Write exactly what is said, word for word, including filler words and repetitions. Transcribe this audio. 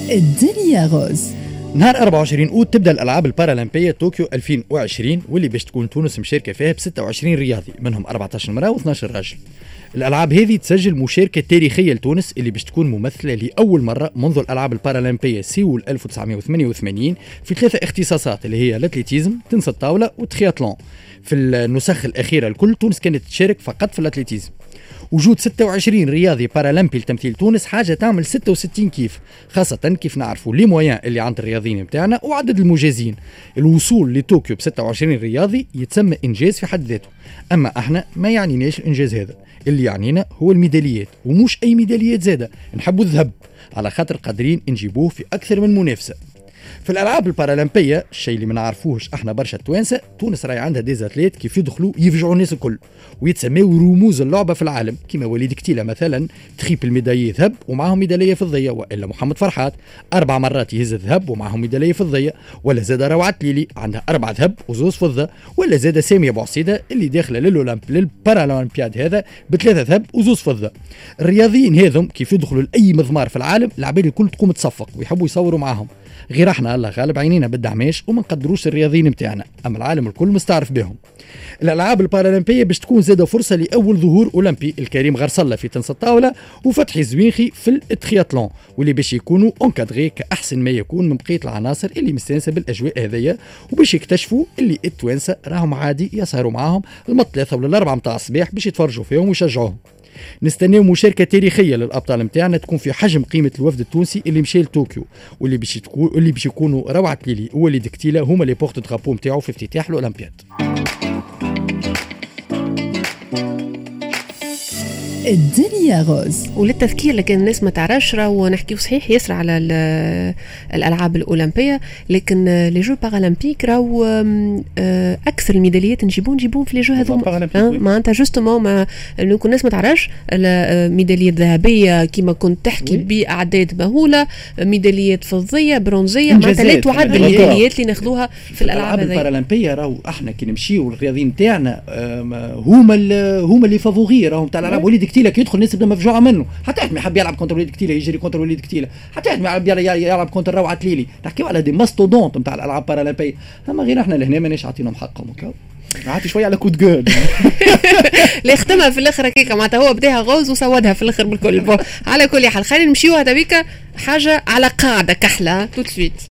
الدنيا غوز. نهار أربعة وعشرين أوت تبدأ الألعاب البارالمبية طوكيو ألفين وعشرين واللي باش تكون تونس مشاركة فيها ب ستة وعشرين رياضي منهم أربعة عشر مرأة و12 راجل. الألعاب هذه تسجل مشاركة تاريخية لتونس اللي باش تكون ممثلة لأول مرة منذ الألعاب البارالمبية سيول ألف وتسعمائة وثمانية وثمانين في ثلاثة اختصاصات اللي هي الاتليتيزم، تنس الطاولة والترياتلون. في النسخ الأخيرة الكل تونس كانت تشارك فقط في الاتليتيزم. وجود ستة وعشرين رياضي بارالمبي لتمثيل تونس حاجة تعمل ستة وستين كيف، خاصة كيف نعرفوا لي مويان اللي عند الرياضيين متاعنا وعدد المجازين. الوصول لطوكيو ب ستة وعشرين رياضي يتسمى إنجاز في حد ذاته، أما احنا ما يعنيناش الإنجاز هذا، اللي يعنينا هو الميداليات، ومش أي ميداليات زادة، نحبوا الذهب على خاطر قادرين نجيبوه في أكثر من منافسة. في الألعاب البارالمبية الشيء اللي ما نعرفوهش احنا برشا توانسة، تونس راهي عندها ديزاتليت كيف يدخلوا يفجعوا الناس الكل ويتسموا رموز اللعبة في العالم، كما وليد كتيلة مثلا تخيب الميدالية ذهب ومعهم ميدالية فضية، والا محمد فرحات أربع مرات يهز الذهب ومعهم ميدالية فضية، ولا زاد روعة ليلي عندها أربع ذهب وزوز فضة، ولا زاد سامي أبو عصيدة اللي داخلة للأولمب للبارالمبياد هذا بثلاثة ذهب وزوز فضة. الرياضيين هذم كيف يدخلوا لأي مضمار في العالم العباد الكل تقوم تصفق ويحبوا يصوروا معهم، غير احنا الله غالب عينينا بالدعماش وما نقدروش الرياضيين متاعنا، اما العالم الكل مستعرف بهم. الالعاب البارالمبيه باش تكون زاده فرصه لاول ظهور اولمبي الكريم غرسله في تنس الطاوله وفتحي زوينخي في الترياتلون، واللي باش يكونوا اونكادري كاحسن ما يكون من بقيه العناصر اللي مستانسه بالاجواء هذيا، وباش يكتشفوا اللي التوانسه راهم عادي يسهروا معاهم الثلاثه ولا الاربعه متاع الصباح باش يتفرجوا فيهم ويشجعوهم. نستناو مشاركه تاريخيه للابطال نتاعنا تكون في حجم قيمه الوفد التونسي اللي مشى لطوكيو، واللي باش تكون اللي باش يكونوا روعه ليلي ووليد كتيله هما لي بورت درابو نتاعو في افتتاح الاولمبياد. الدنيا غوز. وللتذكير لكن الناس ما تعرفش راهو نحكيو صحيح يسرع على الالعاب الاولمبيه، لكن لي جو بارالمبيك راهو اكثر الميداليات نجيبون نجيبون في لي جو هذوما معناتها جوستومون ما الناس ما تعرفش الميداليات ذهبيه كما كنت تحكي باعداد مهوله، ميداليات فضيه برونزيه، معناتها لا تعد الميداليات اللي ناخذوها في الالعاب البارالمبيه. راهو احنا كي نمشيو الرياضيين نتاعنا هما هما اللي فافوري راهم تاع الالعاب. وليد كتيلة كي يدخل الناس بدها مفجوعه منه، حتى واحد ما يحب يلعب كونتر وليد كتيلة يجري كونتر وليد كتيلة، حتى واحد ما يحب يلعب كونتر روعه ليلي. نحكيو على دي ماستودونت نتاع الالعاب بارالمبيه، اما غير احنا لهنا ماناش عاطينهم حقهم هكا، عاطي شويه على كود جول. اللي ختمها في الاخر هكاك معناتها هو بداها غوز وسودها في الاخر بالكل. على كل حال خلينا نمشيو هذا بيك حاجه على قاعده كحله تو سويت.